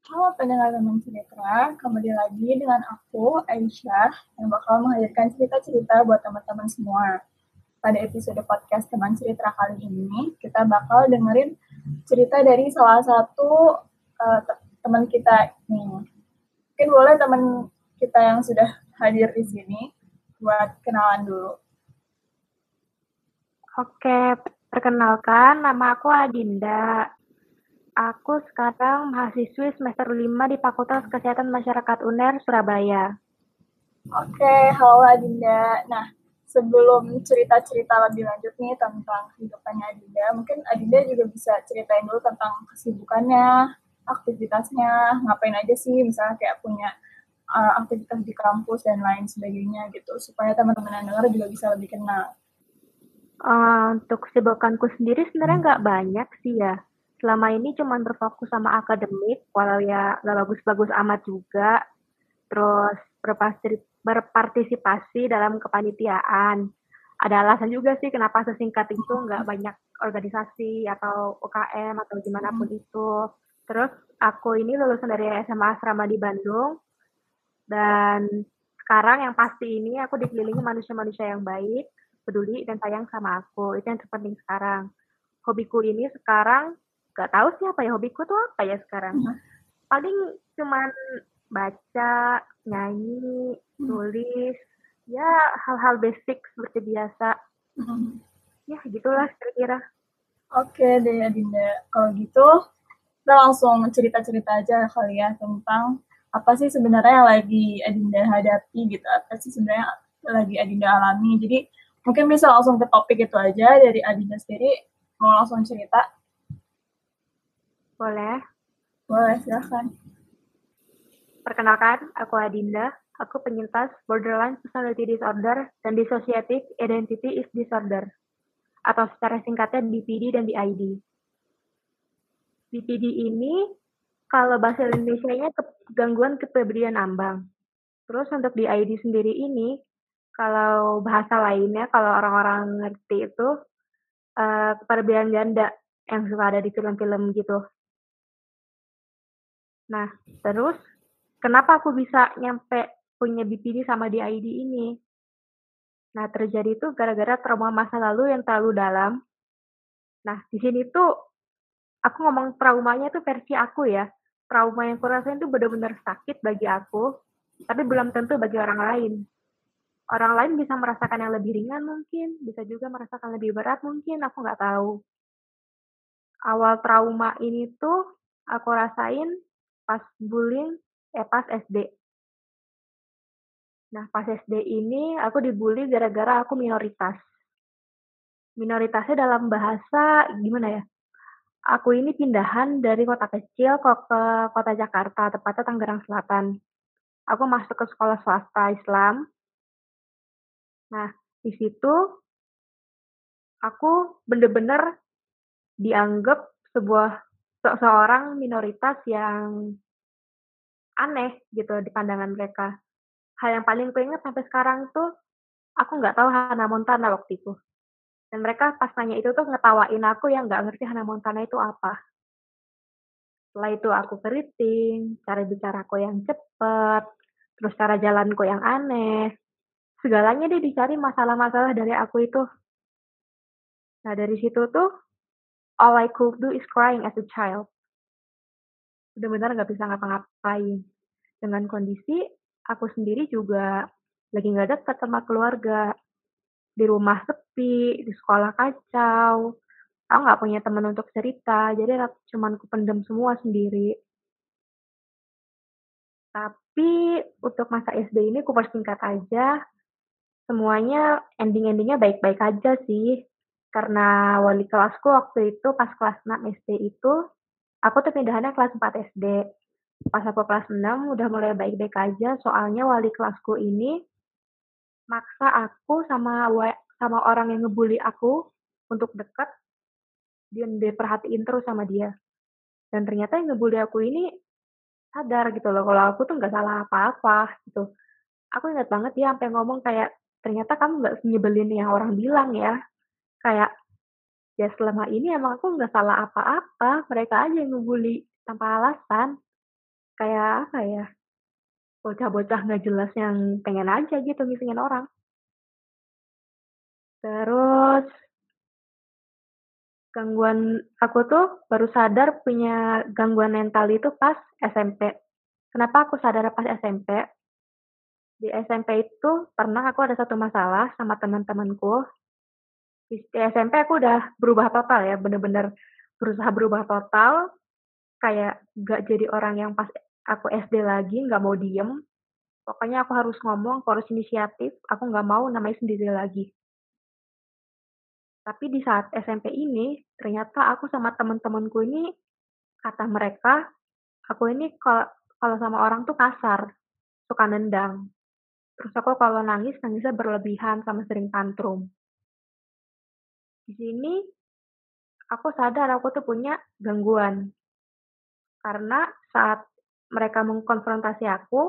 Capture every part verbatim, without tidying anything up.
Halo pendengar teman cerita, kembali lagi dengan aku, Aisyah, yang bakal menghadirkan cerita-cerita buat teman-teman semua. Pada episode podcast teman cerita kali ini, kita bakal dengerin cerita dari salah satu uh, teman kita nih. Mungkin boleh teman kita yang sudah hadir di sini buat kenalan dulu. Oke, perkenalkan nama aku Adinda. Aku sekarang mahasiswi semester lima di Fakultas Kesehatan Masyarakat U N E R Surabaya. Oke, halo Adinda. Nah, sebelum cerita-cerita lebih lanjut nih tentang kehidupannya Adinda, mungkin Adinda juga bisa ceritain dulu tentang kesibukannya, aktivitasnya, ngapain aja sih, misalnya kayak punya uh, aktivitas di kampus dan lain sebagainya gitu, supaya teman-teman yang dengar juga bisa lebih kenal. Uh, untuk kesibukanku sendiri sebenarnya nggak banyak sih ya. Selama ini cuma berfokus sama akademik, walau ya nggak bagus-bagus amat juga. Terus berpartisipasi dalam kepanitiaan. Ada alasan juga sih kenapa sesingkat itu nggak banyak organisasi atau U K M atau gimana pun itu. Terus aku ini lulusan dari S M A Asrama di Bandung, dan sekarang yang pasti ini aku dikelilingi manusia-manusia yang baik, peduli, dan sayang sama aku. Itu yang terpenting sekarang. Hobiku ini sekarang, gak tahu sih apa ya, hobiku tuh apa ya sekarang. Paling cuman baca, nyanyi, tulis, ya hal-hal basic seperti biasa. Ya gitulah kira-kira. Oke deh Adinda, kalau gitu kita langsung cerita-cerita aja kali ya tentang apa sih sebenarnya yang lagi Adinda hadapi gitu, apa sih sebenarnya lagi Adinda alami. Jadi mungkin bisa langsung ke topik itu aja dari Adinda sendiri, mau langsung cerita? Boleh. Boleh, silahkan. Perkenalkan, aku Adinda. Aku penyintas borderline personality disorder dan dissociative identity disorder, atau secara singkatnya B P D dan B I D. B P D ini, kalau bahasa Indonesia-nya gangguan kepribadian ambang. Terus untuk di I D sendiri ini, kalau bahasa lainnya, kalau orang-orang ngerti itu, uh, kepribadian ganda yang suka ada di film-film gitu. Nah, terus kenapa aku bisa nyampe punya B P D sama di I D ini? Nah, terjadi itu gara-gara trauma masa lalu yang terlalu dalam. Nah, di sini tuh aku ngomong traumanya tuh versi aku ya. Trauma yang kurasain tuh benar-benar sakit bagi aku, tapi belum tentu bagi orang lain. Orang lain bisa merasakan yang lebih ringan mungkin, bisa juga merasakan lebih berat mungkin, aku nggak tahu. Awal trauma ini tuh aku rasain pas bullying, eh pas S D. Nah, pas S D ini aku dibully gara-gara aku minoritas. Minoritasnya dalam bahasa gimana ya? Aku ini pindahan dari kota kecil ke, ke kota Jakarta, tepatnya Tangerang Selatan. Aku masuk ke sekolah swasta Islam. Nah, di situ aku bener-bener dianggap sebuah se- seorang minoritas yang aneh gitu di pandangan mereka. Hal yang paling kuinget sampai sekarang tuh, aku nggak tahu Hannah Montana waktu itu. Dan mereka pas nanya itu tuh ngetawain aku yang nggak ngerti Hannah Montana itu apa. Setelah itu aku keriting, cara bicaraku yang cepet, terus cara jalanku yang aneh. Segalanya deh dicari masalah-masalah dari aku itu. Nah dari situ tuh, all I could do is crying as a child. Benar-benar nggak bisa ngapa-ngapain. Dengan kondisi aku sendiri juga lagi nggak dekat sama keluarga. Di rumah sepi, di sekolah kacau. Aku nggak punya teman untuk cerita, jadi cuman kupendam semua sendiri. Tapi untuk masa S D ini kupersingkat aja, semuanya ending-endingnya baik-baik aja sih. Karena wali kelasku waktu itu pas kelas enam S D itu, aku tuh pindahannya kelas empat S D. Pas aku kelas enam udah mulai baik-baik aja, soalnya wali kelasku ini maksa aku sama sama orang yang ngebully aku untuk dekat dan diperhatiin terus sama dia. Dan ternyata yang ngebully aku ini sadar gitu loh kalau aku tuh nggak salah apa-apa gitu. Aku ingat banget dia sampai ngomong kayak, ternyata kamu nggak nyebelin yang orang bilang ya. Kayak, ya selama ini emang aku nggak salah apa-apa, mereka aja yang ngebully tanpa alasan. kayak apa ya, bocah-bocah nggak jelas yang pengen aja gitu ngisengin orang. Terus gangguan aku tuh baru sadar punya gangguan mental itu pas S M P. Kenapa aku sadar pas S M P? Di S M P itu pernah aku ada satu masalah sama teman-temanku. Di di S M P aku udah berubah total ya, bener-bener berusaha berubah total, kayak nggak jadi orang yang pas aku S D lagi, nggak mau diem. Pokoknya aku harus ngomong, aku harus inisiatif, aku nggak mau namanya sendiri lagi. Tapi di saat S M P ini, ternyata aku sama teman-temanku ini, kata mereka, aku ini kalau kalau sama orang tuh kasar, suka nendang. Terus aku kalau nangis, nangisnya berlebihan sama sering tantrum. Di sini aku sadar aku tuh punya gangguan. Karena saat mereka mengkonfrontasi aku,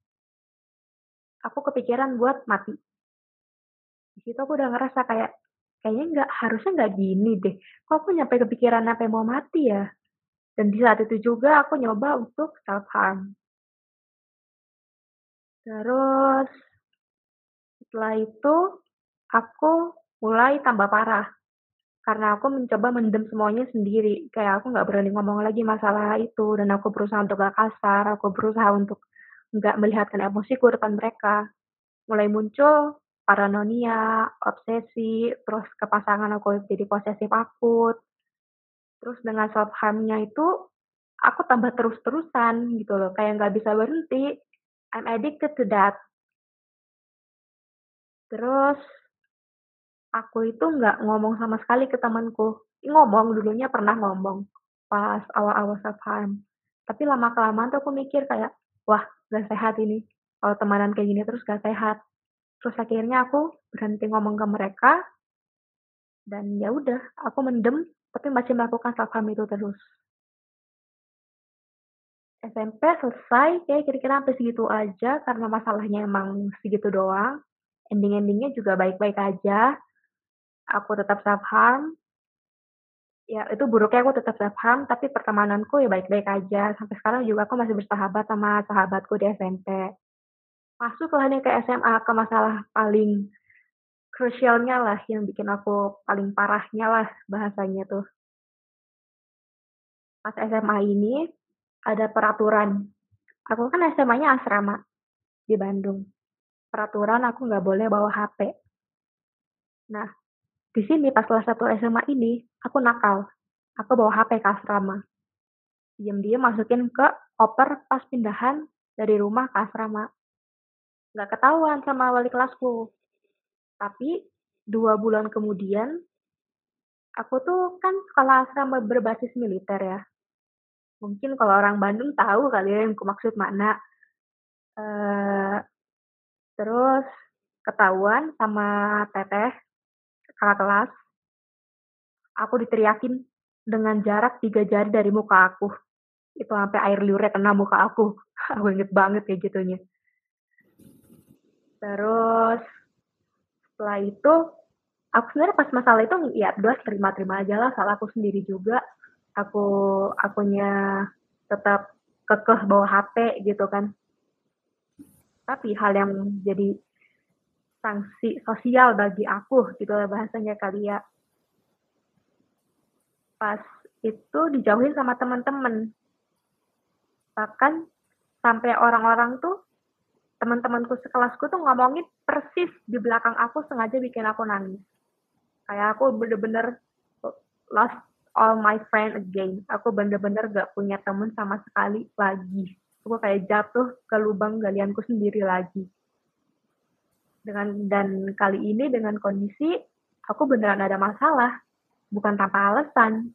aku kepikiran buat mati. Di situ aku udah ngerasa kayak, kayaknya nggak, harusnya nggak gini deh. Kok aku nyampe kepikiran sampai mau mati ya? Dan di saat itu juga aku nyoba untuk self harm. Terus setelah itu aku mulai tambah parah. Karena aku mencoba mendem semuanya sendiri. Kayak aku nggak berani ngomong lagi masalah itu. Dan aku berusaha untuk gak kasar. Aku berusaha untuk nggak melihatkan emosiku depan mereka. Mulai muncul paranoia, obsesi, terus ke pasangan aku jadi posesif akut. Terus dengan self harm-nya itu, aku tambah terus-terusan gitu loh, kayak nggak bisa berhenti. I'm addicted to that. Terus aku itu nggak ngomong sama sekali ke temanku. Ngomong, dulunya pernah ngomong pas awal-awal self harm. Tapi lama-kelamaan tuh aku mikir kayak, wah nggak sehat ini. Kalau temanan kayak gini terus nggak sehat. Terus akhirnya aku berhenti ngomong ke mereka, dan ya udah, aku mendem, tapi masih melakukan self harm itu terus. S M P selesai, kayak kira-kira sampai segitu aja, karena masalahnya emang segitu doang. Ending-endingnya juga baik-baik aja. Aku tetap self harm. Ya itu buruknya aku tetap self harm, tapi pertemananku ya baik-baik aja. Sampai sekarang juga aku masih bersahabat sama sahabatku di S M P. Masuklah nih ke S M A, ke masalah paling krusialnya lah, yang bikin aku paling parahnya lah bahasanya tuh. Pas S M A ini, ada peraturan. Aku kan S M A-nya asrama di Bandung. Peraturan aku nggak boleh bawa H P. Nah, di sini pas kelas satu S M A ini, aku nakal. Aku bawa H P ke asrama. Diam-diam masukin ke koper pas pindahan dari rumah ke asrama. Nggak ketahuan sama wali kelasku. Tapi dua bulan kemudian, aku tuh kan sekolah asrama berbasis militer ya. Mungkin kalau orang Bandung tahu kali ya yang ku maksud mana. Eh, terus ketahuan sama teteh kakak kelas, aku diteriakin dengan jarak tiga jari dari muka aku. Itu sampai air liurnya kena muka aku. Aku inget banget kayak gitunya. Terus setelah itu, aku sebenarnya pas masalah itu ya udah terima-terima aja lah, salah aku sendiri juga. Aku akunya tetap kekeh bawa H P gitu kan. Tapi hal yang jadi sanksi sosial bagi aku gitu lah bahasanya kali ya. Pas itu dijauhin sama teman-teman. Bahkan sampai orang-orang tuh, teman-temanku sekelasku tuh ngomongin persis di belakang aku, sengaja bikin aku nangis. Kayak aku bener-bener lost all my friend again. Aku bener-bener gak punya temen sama sekali lagi. Aku kayak jatuh ke lubang galianku sendiri lagi. Dengan dan kali ini dengan kondisi aku beneran ada masalah, bukan tanpa alasan.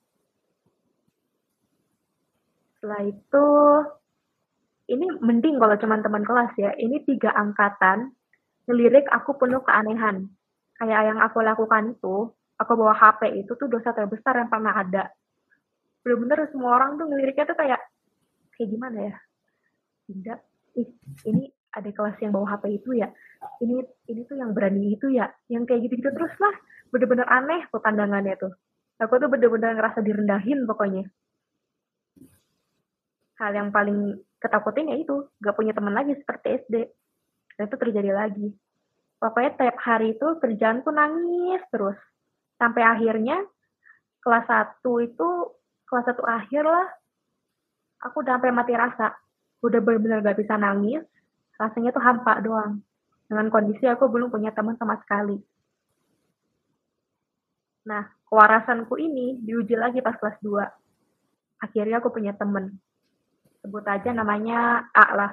Setelah itu, ini mending kalau cuma teman kelas ya. Ini tiga angkatan ngelirik aku penuh keanehan. Kayak yang aku lakukan itu, aku bawa H P itu tuh dosa terbesar yang pernah ada. Bener-bener semua orang tuh ngeliriknya tuh kayak, kayak gimana ya? Tidak, ih, ini ada kelas yang bawa H P itu ya. Ini ini tuh yang berani itu ya. Yang kayak gitu-gitu terus lah. Bener-bener aneh tuh pandangannya tuh. Aku tuh bener-bener ngerasa direndahin pokoknya. Hal yang paling ketakutin ya itu, nggak punya teman lagi seperti S D. Dan itu terjadi lagi. Pokoknya tiap hari itu kerjaanku nangis terus. Sampai akhirnya kelas satu itu, kelas satu akhir lah, aku udah sampai mati rasa. Udah benar-benar gak bisa nangis, rasanya tuh hampa doang. Dengan kondisi aku belum punya teman sama sekali. Nah, kewarasanku ini diuji lagi pas kelas dua. Akhirnya aku punya temen. Sebut aja namanya A lah.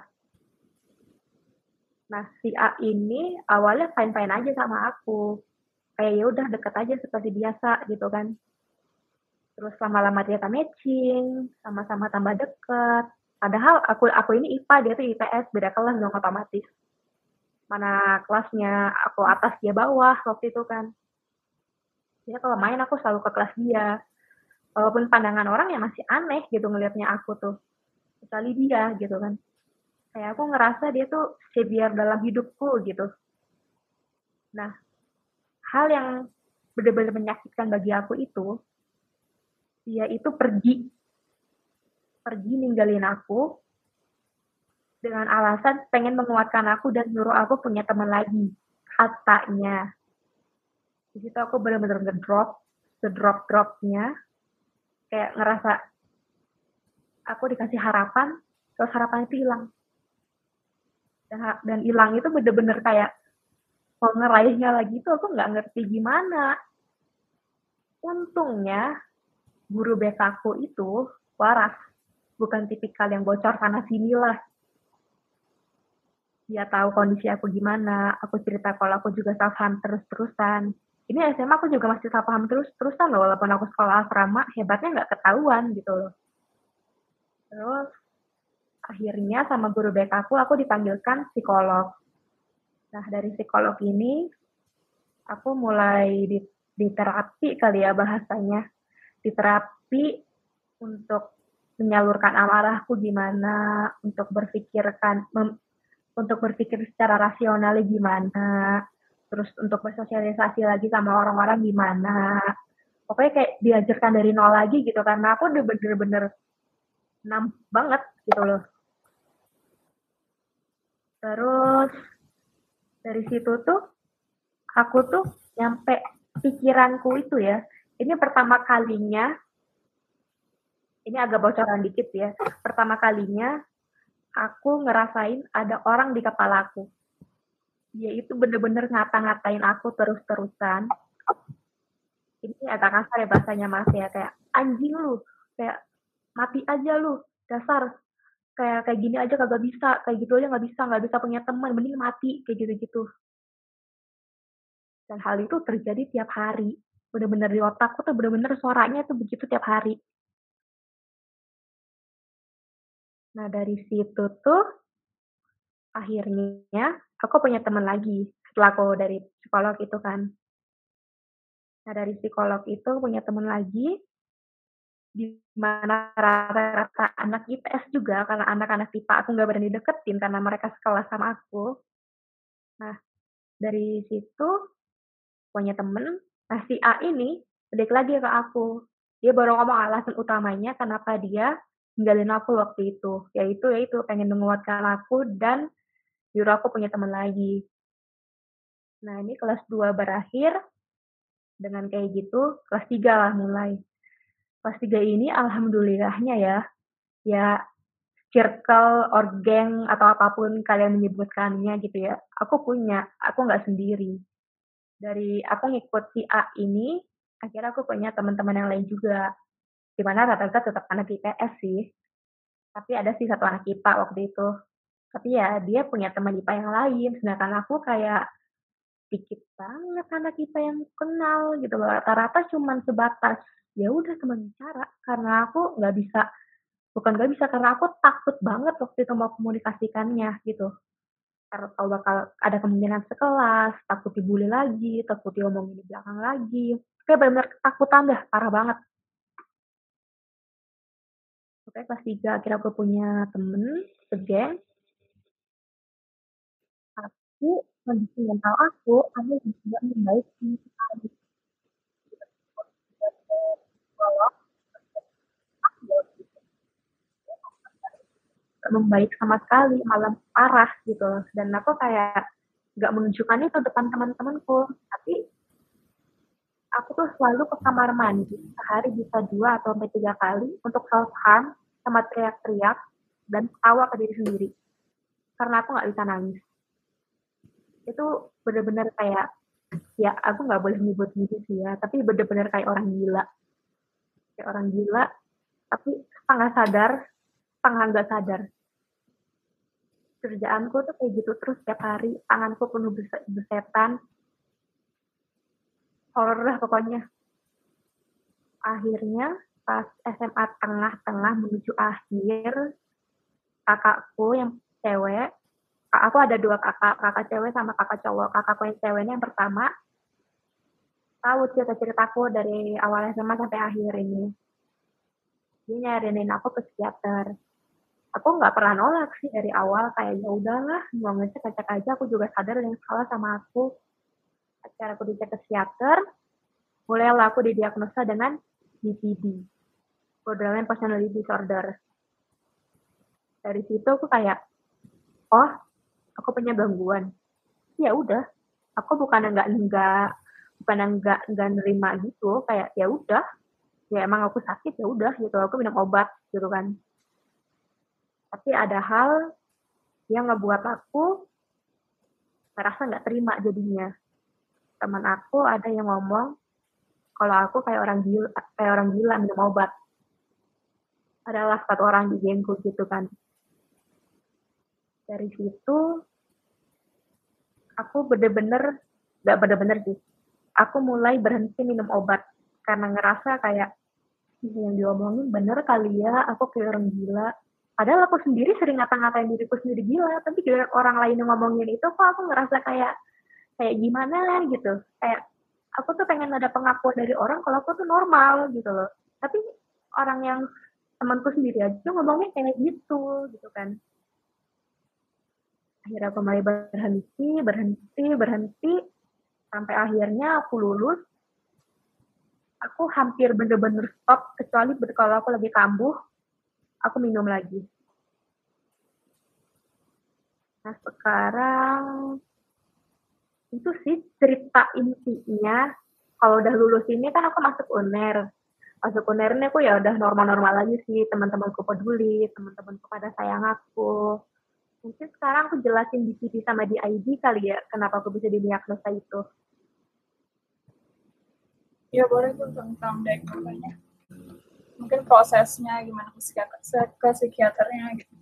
Nah, si A ini awalnya fine-fine aja sama aku. Kayak ya udah deket aja seperti biasa gitu kan. Terus lama-lama dia matching, sama-sama tambah deket. Padahal aku aku ini I P A, dia tuh I P S, beda kelas dong otomatis. Mana kelasnya aku atas, dia bawah waktu itu kan. Dia kalau main aku selalu ke kelas dia. Walaupun pandangan orang ya masih aneh gitu ngelihatnya aku tuh. Kecuali dia gitu kan. Kayak aku ngerasa dia tuh savior dalam hidupku gitu. Nah, hal yang benar-benar menyakitkan bagi aku itu, dia itu pergi. Pergi ninggalin aku dengan alasan pengen menguatkan aku dan nyuruh aku punya teman lagi. Katanya. Di situ aku benar-benar ngedrop, sedrop-dropnya. Kayak ngerasa aku dikasih harapan, terus harapan itu hilang. Dan hilang itu bener-bener kayak mau ngeraihnya lagi itu aku nggak ngerti gimana. Untungnya guru B K aku itu waras, bukan tipikal yang bocor sana sini lah. Dia tahu kondisi aku gimana, aku cerita kalau aku juga self-harm terus-terusan. Ini S M A aku juga masih self-harm terus-terusan loh, walaupun aku sekolah asrama, hebatnya nggak ketahuan gitu loh. Terus akhirnya sama guru B K aku, aku dipanggilkan psikolog. Nah, dari psikolog ini, aku mulai di, di terapi kali ya bahasanya. Di terapi untuk menyalurkan amarahku gimana, untuk berpikirkan, mem, untuk berpikir secara rasional gimana, terus untuk bersosialisasi lagi sama orang-orang gimana. Pokoknya kayak diajarkan dari nol lagi gitu, karena aku udah bener-bener enam banget gitu loh. Terus dari situ tuh aku tuh nyampe pikiranku itu ya, ini pertama kalinya, ini agak bocoran dikit ya, pertama kalinya aku ngerasain ada orang di kepalaku. Dia itu bener-bener ngata-ngatain aku terus-terusan. Ini agak kasar ya bahasanya Mas ya, kayak anjing lu, kayak mati aja lu, dasar. Kayak kayak gini aja kagak bisa, kayak gitu aja nggak bisa, nggak bisa punya teman, mending mati, kayak gitu-gitu. Dan hal itu terjadi tiap hari. Bener-bener di otakku tuh bener-bener suaranya tuh begitu tiap hari. Nah dari situ tuh akhirnya aku punya teman lagi setelah aku dari psikolog itu kan. Nah dari psikolog itu punya teman lagi, di mana rata-rata anak I P S juga, karena anak-anak I P A aku nggak berani deketin karena mereka sekelas sama aku. Nah dari situ punya temen, nah si A ini balik lagi ke aku. Dia baru ngomong alasan utamanya kenapa dia ninggalin aku waktu itu. Yaitu, yaitu pengen menguatkan aku dan nyuruh aku punya teman lagi. Nah ini kelas dua berakhir, dengan kayak gitu, kelas tiga lah mulai. Kelas tiga ini alhamdulillahnya ya, ya circle or geng atau apapun kalian menyebutkannya gitu ya, aku punya, aku nggak sendiri. Dari aku ngikut si A ini, akhirnya aku punya teman-teman yang lain juga. Dimana rata-rata tetap anak I P S sih. Tapi ada sih satu anak I P A waktu itu. Tapi ya dia punya teman I P A yang lain, sedangkan aku kayak dikit banget anak I P A yang kenal gitu loh. Rata-rata cuman sebatas ya udah teman bicara karena aku nggak bisa, bukan nggak bisa, karena aku takut banget waktu itu mau komunikasikannya gitu. Karena tahu bakal ada kemungkinan sekelas, takut dibully lagi, takut diomongin di belakang lagi. Kayak benar-benar ketakutan dah, parah banget. Sampai kelas tiga akhirnya aku punya temen segeng. Tapi kondisi mental aku, aku juga membaik sama sekali. nggak membaik sama sekali, malah parah gitu loh. Dan aku kayak nggak menunjukkan itu depan teman-temanku, tapi aku tuh selalu ke kamar mandi sehari bisa dua atau sampai tiga kali untuk self harm sama teriak-teriak dan ketawa ke diri sendiri karena aku nggak bisa nangis. Itu bener-bener kayak, ya aku nggak boleh nyebut gitu sih ya, tapi bener-bener kayak orang gila. Kayak orang gila, tapi setengah sadar, setengah nggak sadar. Kerjaanku tuh kayak gitu terus setiap hari, tanganku penuh besetan, horor lah pokoknya. Akhirnya pas S M A tengah-tengah menuju akhir, kakakku yang cewek, aku ada dua kakak, kakak cewek sama kakak cowok. Kakakku yang ceweknya yang pertama, tahu cerita-ceritaku dari awal S M A sampai akhir ini. Dia nyariin aku ke psikiater. Aku nggak pernah nolak sih dari awal, kayak ya udahlah, mau ngecek ngecek aja. Aku juga sadar ada yang salah sama aku. Akhirnya aku dicek ke psikiater, mulailah aku didiagnosa dengan B P D, borderline personality disorder. Dari situ aku kayak, oh, aku punya gangguan. Ya udah, aku bukan enggak enggak bukan enggak enggak nerima gitu, kayak ya udah, ya emang aku sakit ya udah gitu, aku minum obat gitu kan. Tapi ada hal yang ngebuat aku merasa nggak terima jadinya. Teman aku ada yang ngomong kalau aku kayak orang gila, kayak orang gila minum obat. Adalah satu orang di gengku gitu kan. Dari situ aku bener-bener, nggak bener-bener sih, aku mulai berhenti minum obat karena ngerasa kayak yang diomongin bener kali ya, aku kayak orang gila. Padahal aku sendiri sering ngata-ngatain diriku sendiri gila, tapi giliran orang lain yang ngomongin itu kok aku ngerasa kayak kayak gimana gitu. Kayak aku tuh pengen ada pengakuan dari orang kalau aku tuh normal gitu loh. Tapi orang yang temanku sendiri aja ngomongnya kayak gitu gitu kan. Akhirnya aku mulai berhenti, berhenti, berhenti sampai akhirnya aku lulus. Aku hampir bener-bener stop, kecuali kalau aku lagi kambuh, aku minum lagi. Nah sekarang itu sih cerita intinya. Kalau udah lulus ini kan aku masuk U N E R. Masuk U N E R ini aku ya udah normal-normal lagi sih. Teman-temanku peduli, teman-temanku pada sayang aku. Mungkin sekarang aku jelasin di P D sama di I D kali ya, kenapa aku bisa didiagnosa itu. Ya boleh tuh tentang diagnosanya. Mungkin prosesnya gimana ke psikiater, ke psikiaternya gitu.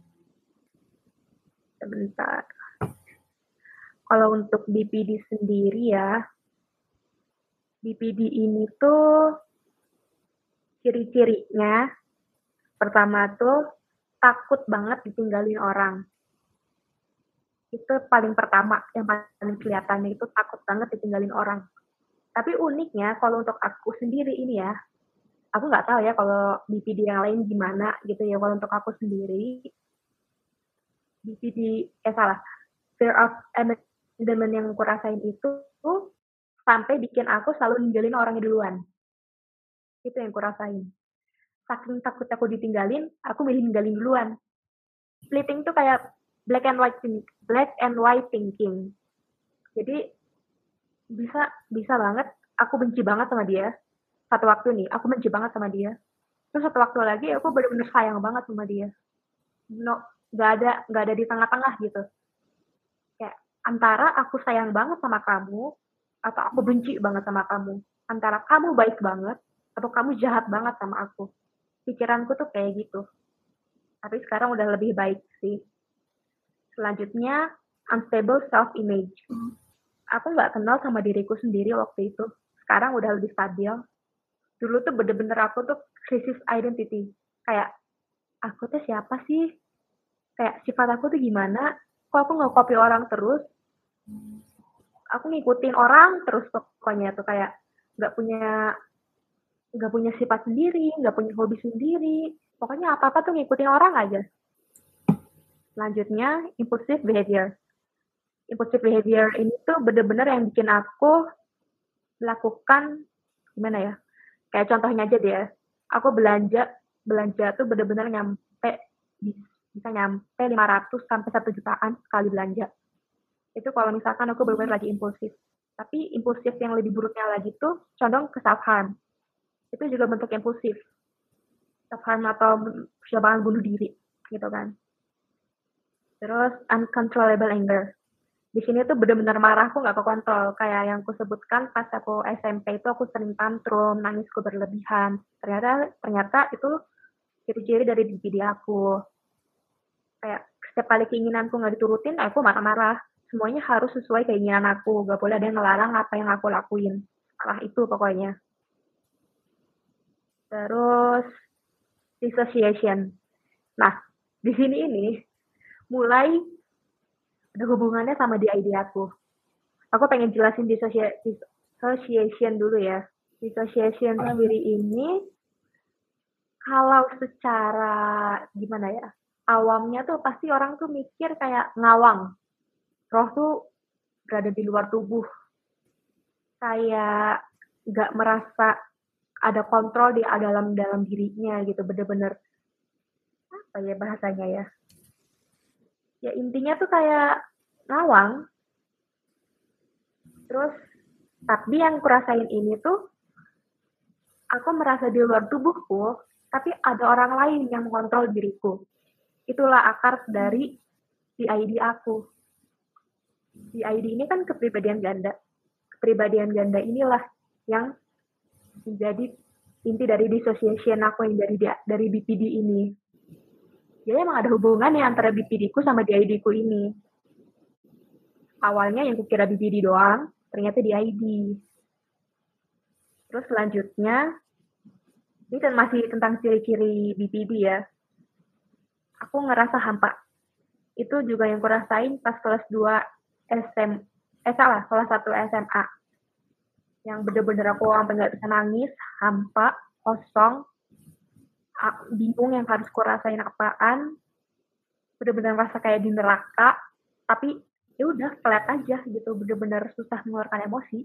Sebentar. Kalau untuk B P D sendiri ya, B P D ini tuh ciri-cirinya pertama tuh takut banget ditinggalin orang. Itu paling pertama, yang paling kelihatannya itu takut banget ditinggalin orang. Tapi uniknya kalau untuk aku sendiri ini ya, aku nggak tahu ya kalau B P D yang lain gimana gitu ya. Kalau untuk aku sendiri, B P D, eh salah, fear of abandonment yang aku rasain itu tuh sampai bikin aku selalu ninggalin orangnya duluan. Itu yang aku rasain. Saking takut aku ditinggalin, aku milih ninggalin duluan. Splitting tuh kayak black and white black and white thinking. Jadi bisa bisa banget aku benci banget sama dia. Satu waktu nih, aku benci banget sama dia. Terus satu waktu lagi aku benar-benar sayang banget sama dia. No, nggak ada nggak ada di tengah-tengah gitu. Kayak antara aku sayang banget sama kamu atau aku benci banget sama kamu. Antara kamu baik banget atau kamu jahat banget sama aku. Pikiranku tuh kayak gitu. Tapi sekarang udah lebih baik sih. Selanjutnya, unstable self-image. Aku nggak kenal sama diriku sendiri waktu itu. Sekarang udah lebih stabil. Dulu tuh bener-bener aku tuh krisis identity. Kayak, aku tuh siapa sih? Kayak sifat aku tuh gimana? Kok aku nge-copy orang terus? Aku ngikutin orang terus pokoknya tuh kayak nggak punya nggak punya sifat sendiri, nggak punya hobi sendiri. Pokoknya apa-apa tuh ngikutin orang aja. Selanjutnya, impulsive behavior. Impulsive behavior ini tuh bener-bener yang bikin aku melakukan, gimana ya, kayak contohnya aja deh ya, aku belanja, belanja tuh bener-bener nyampe bisa nyampe lima ratus sampai satu jutaan sekali belanja. Itu kalau misalkan aku benar-benar lagi impulsif. Tapi impulsif yang lebih buruknya lagi tuh condong ke self-harm. Itu juga bentuk impulsif. Self-harm atau percobaan bunuh diri, gitu kan. Terus uncontrollable anger. Di sini tuh benar-benar marah, aku nggak kekontrol. Kayak yang aku sebutkan pas aku S M P itu aku sering tantrum, nangisku berlebihan. Ternyata ternyata itu ciri-ciri dari D P D aku. Kayak setiap kali keinginanku nggak diturutin, aku marah-marah. Semuanya harus sesuai keinginan aku. Nggak boleh ada yang ngelarang apa yang aku lakuin. Salah itu pokoknya. Terus dissociation. Nah, di sini ini mulai ada hubungannya sama D I D aku. Aku pengen jelasin dissociation dulu ya. Dissociation sendiri ini kalau secara gimana ya, awamnya tuh pasti orang tuh mikir kayak ngawang. Roh tuh berada di luar tubuh. Kayak nggak merasa ada kontrol di dalam dalam dirinya gitu, bener-bener apa ya bahasanya ya. Ya intinya tuh kayak ngawang. Terus tapi yang kurasain ini tuh aku merasa di luar tubuhku, tapi ada orang lain yang mengontrol diriku. Itulah akar dari D I D aku. D I D ini kan kepribadian ganda. Kepribadian ganda inilah yang menjadi inti dari dissociation aku yang dari dari B P D ini. Jadi emang ada hubungannya antara B P D-ku sama D I D-ku ini. Awalnya yang kukira B P D doang, ternyata D I D. Terus selanjutnya, ini kan masih tentang ciri-ciri B P D ya. Aku ngerasa hampa. Itu juga yang kurasain pas kelas dua S M, eh salah, kelas satu S M A. Yang bener-bener aku sampai nggak bisa nangis, hampa, kosong, bingung yang harus kurasain apaan, bener-bener rasa kayak di neraka, tapi ya udah flat aja gitu, bener-bener susah mengeluarkan emosi.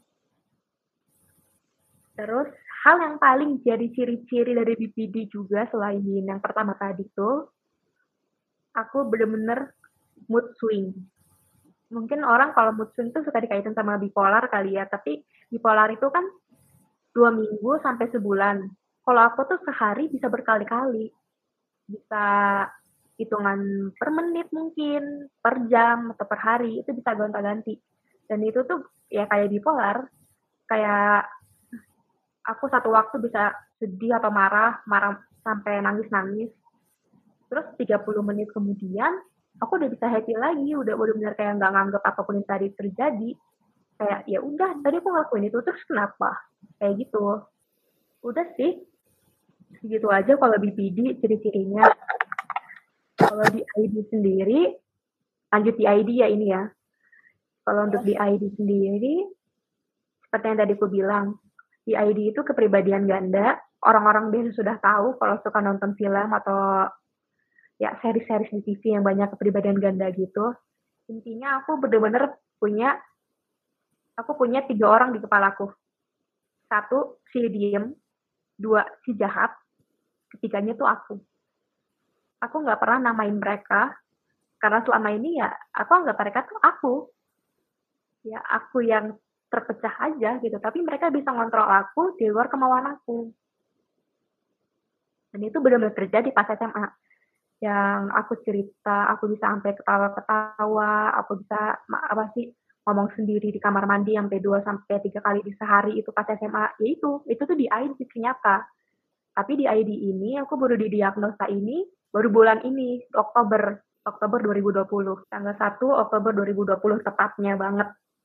Terus hal yang paling jadi ciri-ciri dari B P D juga selain yang pertama tadi tuh, aku bener-bener mood swing. Mungkin orang kalau mood swing tuh suka dikaitin sama bipolar kali ya, tapi bipolar itu kan dua minggu sampai sebulan. Kalau aku tuh sehari bisa berkali-kali. Bisa hitungan per menit mungkin, per jam, atau per hari. Itu bisa gonta-ganti. Dan itu tuh ya kayak bipolar. Kayak aku satu waktu bisa sedih atau marah, marah sampai nangis-nangis. Terus tiga puluh menit kemudian, aku udah bisa happy lagi. Udah benar-benar kayak nggak nganggep apapun yang tadi terjadi. Kayak ya udah, tadi aku ngelakuin itu, terus kenapa? Kayak gitu. Udah sih. Segitu aja kalau B P D ciri-cirinya. Kalau di I D sendiri, lanjut di I D ya ini ya. Kalau untuk di I D sendiri, seperti yang tadi aku bilang, di I D itu kepribadian ganda. Orang-orang biasa sudah tahu kalau suka nonton film atau ya seri-seri di T V yang banyak kepribadian ganda gitu. Intinya aku bener-bener punya, aku punya tiga orang di kepalaku. Satu, si diem. Dua, si jahat. Ketiganya tuh aku. Aku nggak pernah namain mereka, karena selama ini ya aku anggap mereka tuh aku. Ya aku yang terpecah aja gitu, tapi mereka bisa ngontrol aku di luar kemauan aku. Dan itu benar-benar terjadi pas S M A. Yang aku cerita, aku bisa sampai ketawa-ketawa, aku bisa apa sih ngomong sendiri di kamar mandi sampai dua sampai tiga kali di sehari itu pas S M A. Ya itu, itu tuh di I D ternyata. Tapi di I D ini aku baru didiagnosa ini baru bulan ini, Oktober, Oktober dua ribu dua puluh. Tanggal satu Oktober dua ribu dua puluh tepatnya banget.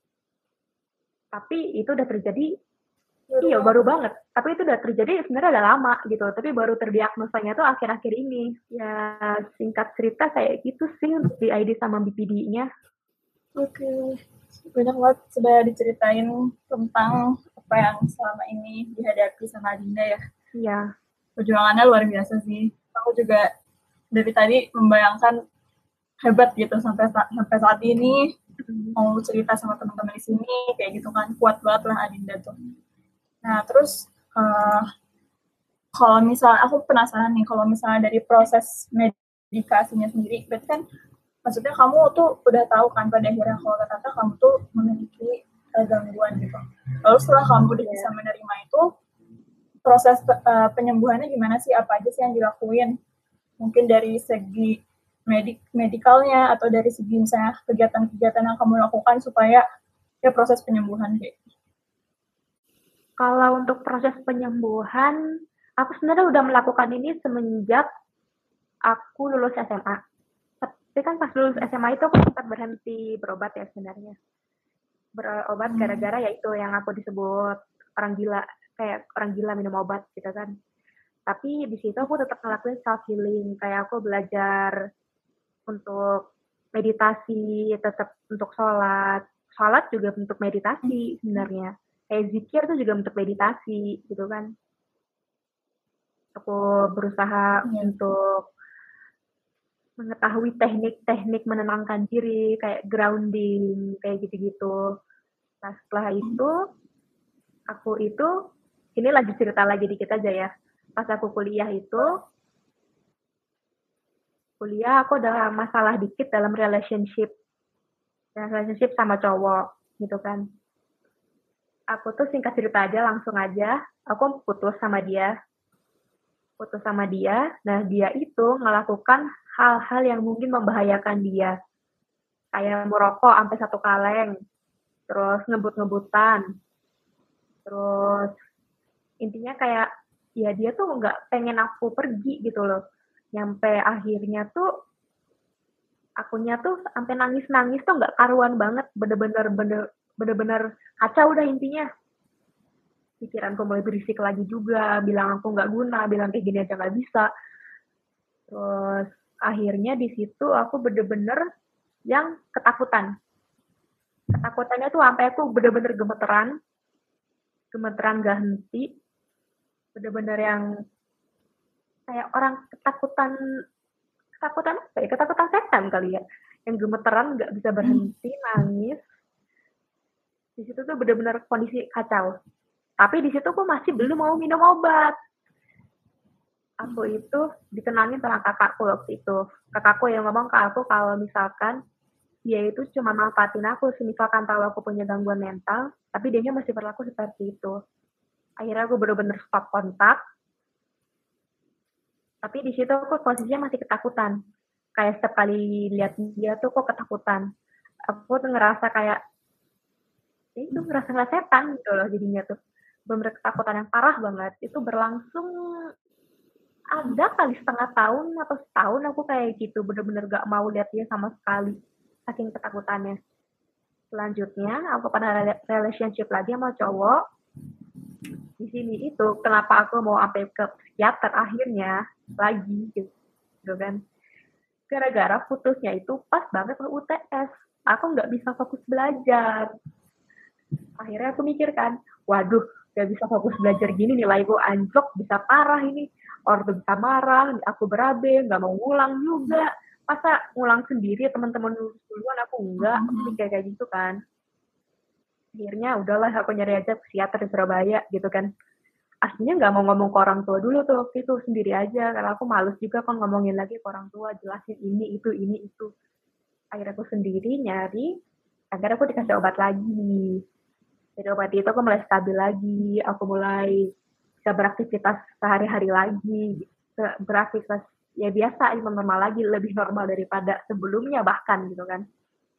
Tapi itu udah terjadi, baru iya baru banget. Tapi itu udah terjadi sebenarnya udah lama gitu. Tapi baru terdiagnosanya tuh akhir-akhir ini. Ya singkat cerita kayak gitu sih untuk di I D sama B P D-nya. Oke, banyak banget sudah diceritain tentang apa yang selama ini dihadapi sama Dinda ya. Iya. Perjuangannya luar biasa sih. Aku juga dari tadi membayangkan hebat gitu sampai sampai saat ini mau cerita sama teman-teman di sini kayak gitu kan, kuat banget lah Adinda tuh. Nah terus uh, kalau misalnya aku penasaran nih, kalau misalnya dari proses med medikasinya sendiri. Berarti kan maksudnya kamu tuh udah tahu kan pada akhirnya kalau ternyata kamu tuh memiliki uh, gangguan gitu. Lalu setelah kamu udah bisa menerima itu, proses uh, penyembuhannya gimana sih? Apa aja sih yang dilakuin? Mungkin dari segi medik medikalnya atau dari segi misalnya kegiatan-kegiatan yang kamu lakukan supaya ya proses penyembuhan kayak. Kalau untuk proses penyembuhan, aku sebenarnya udah melakukan ini semenjak aku lulus S M A. Tapi kan pas lulus S M A itu aku sempat berhenti berobat ya sebenarnya. Berobat hmm. gara-gara ya itu yang aku disebut orang gila, kayak orang gila minum obat gitu kan. Tapi di situ aku tetap ngelakuin self healing, kayak aku belajar untuk meditasi, tetap untuk sholat. Sholat juga bentuk meditasi sebenarnya. Kayak zikir itu juga bentuk meditasi gitu kan. Aku berusaha hmm. untuk mengetahui teknik-teknik menenangkan diri, kayak grounding, kayak gitu-gitu. Nah, setelah itu, aku itu, ini lanjut cerita lagi dikit aja ya. Pas aku kuliah itu, kuliah aku ada masalah dikit dalam relationship. Relationship sama cowok, gitu kan. Aku tuh singkat cerita aja, langsung aja, aku putus sama dia. Putus sama dia, nah dia itu melakukan hal-hal yang mungkin membahayakan dia. Kayak merokok sampai satu kaleng, terus ngebut-ngebutan, terus intinya kayak ya dia tuh nggak pengen aku pergi gitu loh. Nyampe akhirnya tuh akunya tuh sampai nangis-nangis tuh nggak karuan banget, bener-bener bener bener-bener kacau udah intinya. Pikiranku mulai berisik lagi juga, bilang aku nggak guna, bilang kayak gini aja nggak bisa. Terus akhirnya di situ aku bener-bener yang ketakutan. Ketakutannya tuh sampai aku bener-bener gemeteran, gemeteran gak henti, bener-bener yang kayak orang ketakutan, ketakutan apa ya? Ketakutan setan kali ya, yang gemeteran gak bisa berhenti, nangis. Di situ tuh bener-bener kondisi kacau. Tapi di situ aku masih belum mau minum obat. Aku itu ditenangin sama kakakku waktu itu. Kakakku yang ngomong ke aku kalau misalkan dia itu cuma manfaatin aku, misalkan tahu aku punya gangguan mental, tapi dianya masih berlaku seperti itu. Akhirnya aku benar-benar stop kontak. Tapi di situ aku posisinya masih ketakutan. Kayak setiap kali lihat dia tuh kok ketakutan. Aku tuh ngerasa kayak, ya itu ngerasa nggak setan gitu loh jadinya tuh. Benar-benar ketakutan yang parah banget. Itu berlangsung ada kali setengah tahun atau setahun aku kayak gitu, bener-bener gak mau lihat dia sama sekali, saking ketakutannya. Selanjutnya aku pada relationship lagi sama cowok. Di sini itu kenapa aku mau sampai ke psikiater akhirnya lagi gitu kan, gara-gara putusnya itu pas banget ke U T S, aku nggak bisa fokus belajar. Akhirnya aku mikir kan, waduh gak bisa fokus belajar gini, nilai gue anjlok, bisa parah ini. Orang bisa marah, aku berabe, nggak mau ngulang juga. Masa ngulang sendiri, teman-teman duluan aku enggak, mm-hmm. kayak kayak gitu kan. Akhirnya udahlah aku nyari aja psikiater di Surabaya gitu kan. Aslinya nggak mau ngomong ke orang tua dulu tuh, waktu itu sendiri aja, karena aku males juga kan ngomongin lagi ke orang tua, jelasin ini, itu, ini, itu. Akhirnya aku sendiri nyari, akhirnya aku dikasih obat lagi. Dari obat itu aku mulai stabil lagi, aku mulai bisa beraktivitas sehari-hari lagi, beraktivitas ya biasa, normal lagi, lebih normal daripada sebelumnya bahkan gitu kan.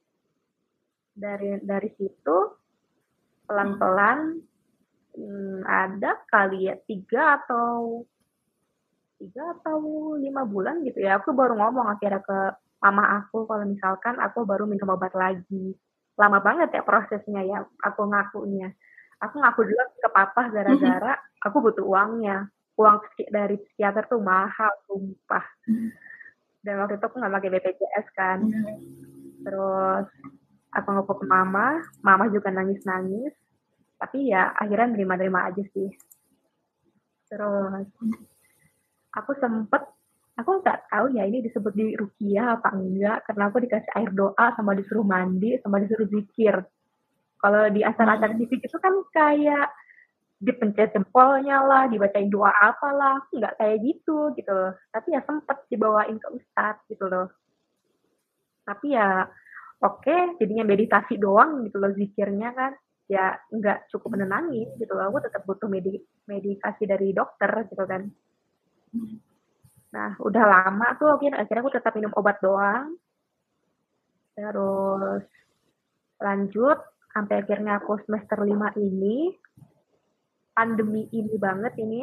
Dari dari situ pelan-pelan hmm, ada kali ya tiga atau tiga atau lima bulan gitu ya, aku baru ngomong akhirnya ke mama aku kalau misalkan aku baru minum obat lagi. Lama banget ya prosesnya ya, aku ngakunya. Aku ngaku dulu ke papa gara-gara aku butuh uangnya. Uang dari psikiater tuh mahal, sumpah. Dan waktu itu aku nggak pakai B P J S kan. Terus aku ngaku ke mama, mama juga nangis-nangis. Tapi ya akhirnya nerima-nerima aja sih. Terus aku sempet, aku nggak tahu ya ini disebut di ruqyah apa enggak, karena aku dikasih air doa sama disuruh mandi sama disuruh zikir. Kalau di acara-acara fisik itu kan kayak dipencet jempolnya lah, dibacain doa apalah, nggak kayak gitu gitu loh. Tapi ya sempet dibawain ke ustadz gitu loh. Tapi ya oke, okay, jadinya meditasi doang gitu loh zikirnya kan. Ya nggak cukup menenangin gitu loh. Aku tetap butuh medi- medikasi dari dokter gitu kan. Nah, udah lama tuh akhirnya, akhirnya aku tetap minum obat doang. Terus lanjut sampai akhirnya aku semester lima ini, pandemi ini banget ini,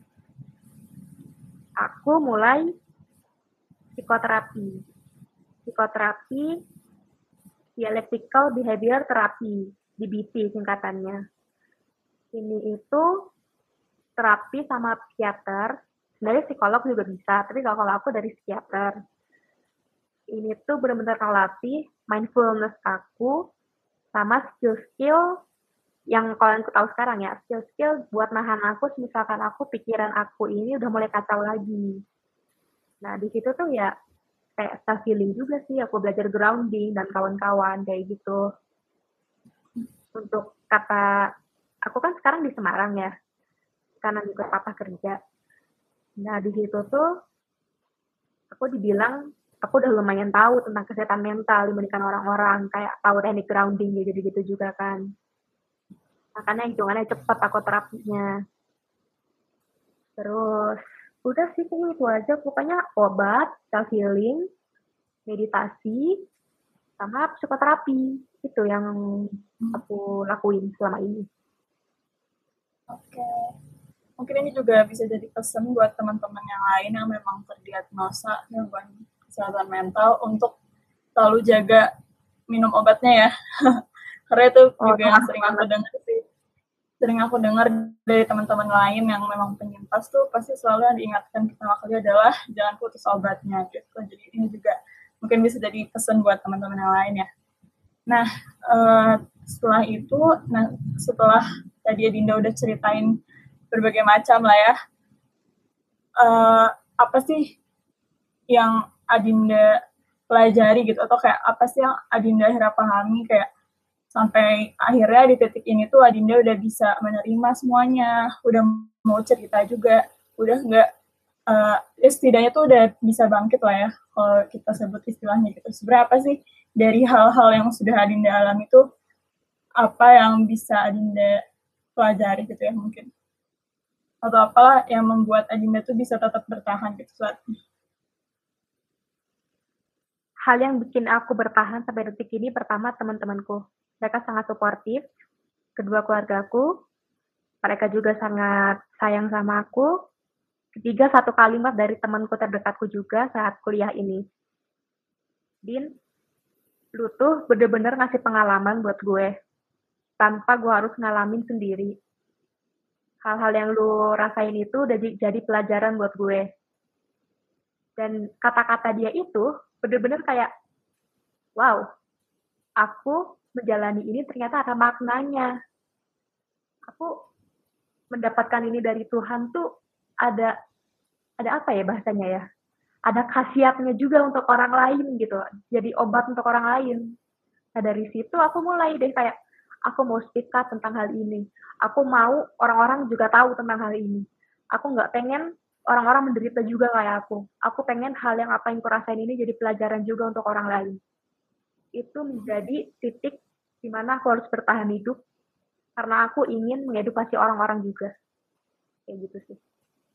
aku mulai psikoterapi. Psikoterapi dialectical behavior therapy, D B T singkatannya. Ini itu terapi sama psikiater, sebenarnya psikolog juga bisa, tapi kalau aku dari psikiater. Ini tuh benar-benar ngelatih mindfulness aku sama skill-skill yang kalian tahu sekarang ya, skill-skill buat nahan aku misalkan aku pikiran aku ini udah mulai kacau lagi. Nah, di situ tuh ya kayak self healing juga sih, aku belajar grounding dan kawan-kawan kayak gitu. Untuk kata, aku kan sekarang di Semarang ya, karena ikut papa kerja. Nah, di situ tuh aku dibilang aku udah lumayan tahu tentang kesehatan mental dibandingkan orang-orang, kayak tahu teknik grounding gitu-gitu juga kan. Makanya hitungannya cepet aku terapinya. Terus udah sih kayaknya itu aja, pokoknya obat, self healing, meditasi, sama psikoterapi. Itu yang aku lakuin selama ini. Oke. Mungkin ini juga bisa jadi pesan buat teman-teman yang lain yang memang terdiagnosa gangguan kesehatan mental untuk selalu jaga minum obatnya ya. Karena itu Oh, juga yang sering aku dengar sih. Sering aku dengar dari teman-teman lain yang memang penyintas tuh pasti selalu yang diingatkan pertama kali adalah jangan putus obatnya gitu. Jadi ini juga mungkin bisa jadi pesan buat teman-teman yang lain ya. Nah, uh, setelah itu, nah setelah tadi Adinda udah ceritain berbagai macam lah ya, uh, apa sih yang Adinda pelajari gitu, atau kayak apa sih yang Adinda akhirnya pahami kayak sampai akhirnya di titik ini tuh Adinda udah bisa menerima semuanya, udah mau cerita juga, udah nggak, uh, ya setidaknya tuh udah bisa bangkit lah ya, kalau kita sebut istilahnya gitu. Sebenarnya apa sih dari hal-hal yang sudah Adinda alami itu, apa yang bisa Adinda pelajari gitu ya mungkin? Atau apalah yang membuat Adinda tuh bisa tetap bertahan gitu saat ini? Hal yang bikin aku bertahan sampai detik ini, pertama teman-temanku. Mereka sangat suportif. Kedua, keluargaku. Mereka juga sangat sayang sama aku. Ketiga, satu kalimat dari temanku terdekatku juga saat kuliah ini. Din, lu tuh bener-bener ngasih pengalaman buat gue. Tanpa gue harus ngalamin sendiri. Hal-hal yang lu rasain itu udah jadi pelajaran buat gue. Dan kata-kata dia itu bener-bener kayak, wow, aku menjalani ini ternyata ada maknanya. Aku mendapatkan ini dari Tuhan tuh ada ada apa ya bahasanya ya? Ada khasiatnya juga untuk orang lain gitu. Jadi obat untuk orang lain. Nah dari situ aku mulai deh kayak aku mau speak up tentang hal ini. Aku mau orang-orang juga tahu tentang hal ini. Aku nggak pengen orang-orang menderita juga kayak aku. Aku pengen hal yang apa yang kurasain ini jadi pelajaran juga untuk orang lain. Itu menjadi titik di mana aku harus bertahan hidup karena aku ingin mengedukasi orang-orang juga. Kayak gitu sih.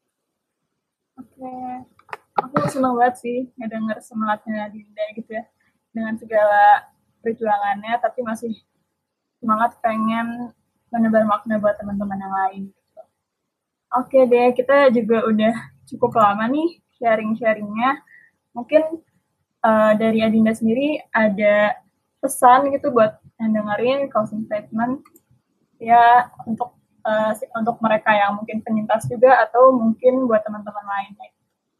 Oke, aku senang banget sih ngedenger semangatnya Dinda gitu ya, dengan segala perjuangannya, tapi masih semangat pengen menebar makna buat teman-teman yang lain. Gitu. Oke deh, kita juga udah cukup lama nih sharing-sharingnya. Mungkin uh, dari Adinda sendiri ada pesan gitu buat yang dengerin, closing statement ya untuk uh, untuk mereka yang mungkin penyintas juga atau mungkin buat teman-teman lainnya.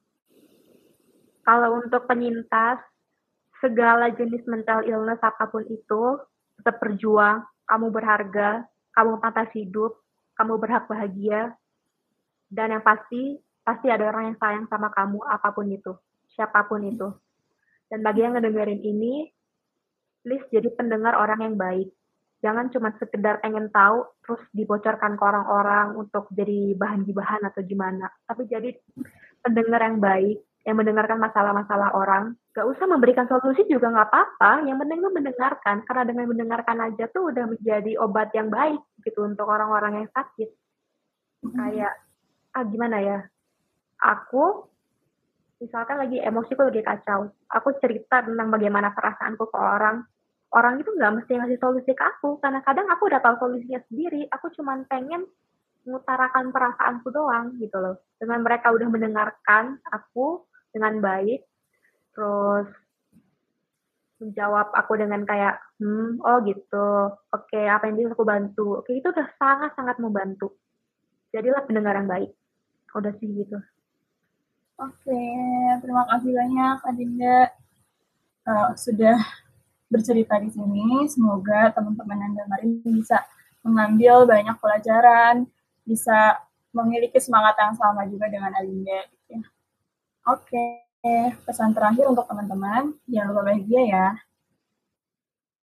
Kalau untuk penyintas, segala jenis mental illness apapun itu, tetap berjuang, kamu berharga, kamu pantas hidup, kamu berhak bahagia, dan yang pasti, pasti ada orang yang sayang sama kamu, apapun itu, siapapun itu. Dan bagi yang ngedengerin ini, please jadi pendengar orang yang baik. Jangan cuma sekedar pengen tahu terus dibocorkan ke orang-orang untuk jadi bahan gibahan atau gimana. Tapi jadi pendengar yang baik, yang mendengarkan masalah-masalah orang. Gak usah memberikan solusi juga nggak apa-apa, yang penting tuh mendengarkan. Karena dengan mendengarkan aja tuh udah menjadi obat yang baik gitu untuk orang-orang yang sakit. Kayak, ah gimana ya, aku misalkan lagi emosiku lagi kacau, aku cerita tentang bagaimana perasaanku ke orang, orang itu nggak mesti ngasih solusi ke aku, karena kadang aku udah tahu solusinya sendiri, aku cuma pengen mengutarakan perasaanku doang gitu loh. Dengan mereka udah mendengarkan aku dengan baik, terus menjawab aku dengan kayak, hmm, oh gitu, oke, apa yang bisa aku bantu, oke, itu udah sangat-sangat membantu. Jadilah pendengar yang baik. Udah sih gitu. Oke, terima kasih banyak Adinda uh, sudah bercerita di sini. Semoga teman-teman yang dengerin bisa mengambil banyak pelajaran, bisa memiliki semangat yang sama juga dengan Adinda. Gitu ya. Oke, pesan terakhir untuk teman-teman, jangan lupa bahagia ya.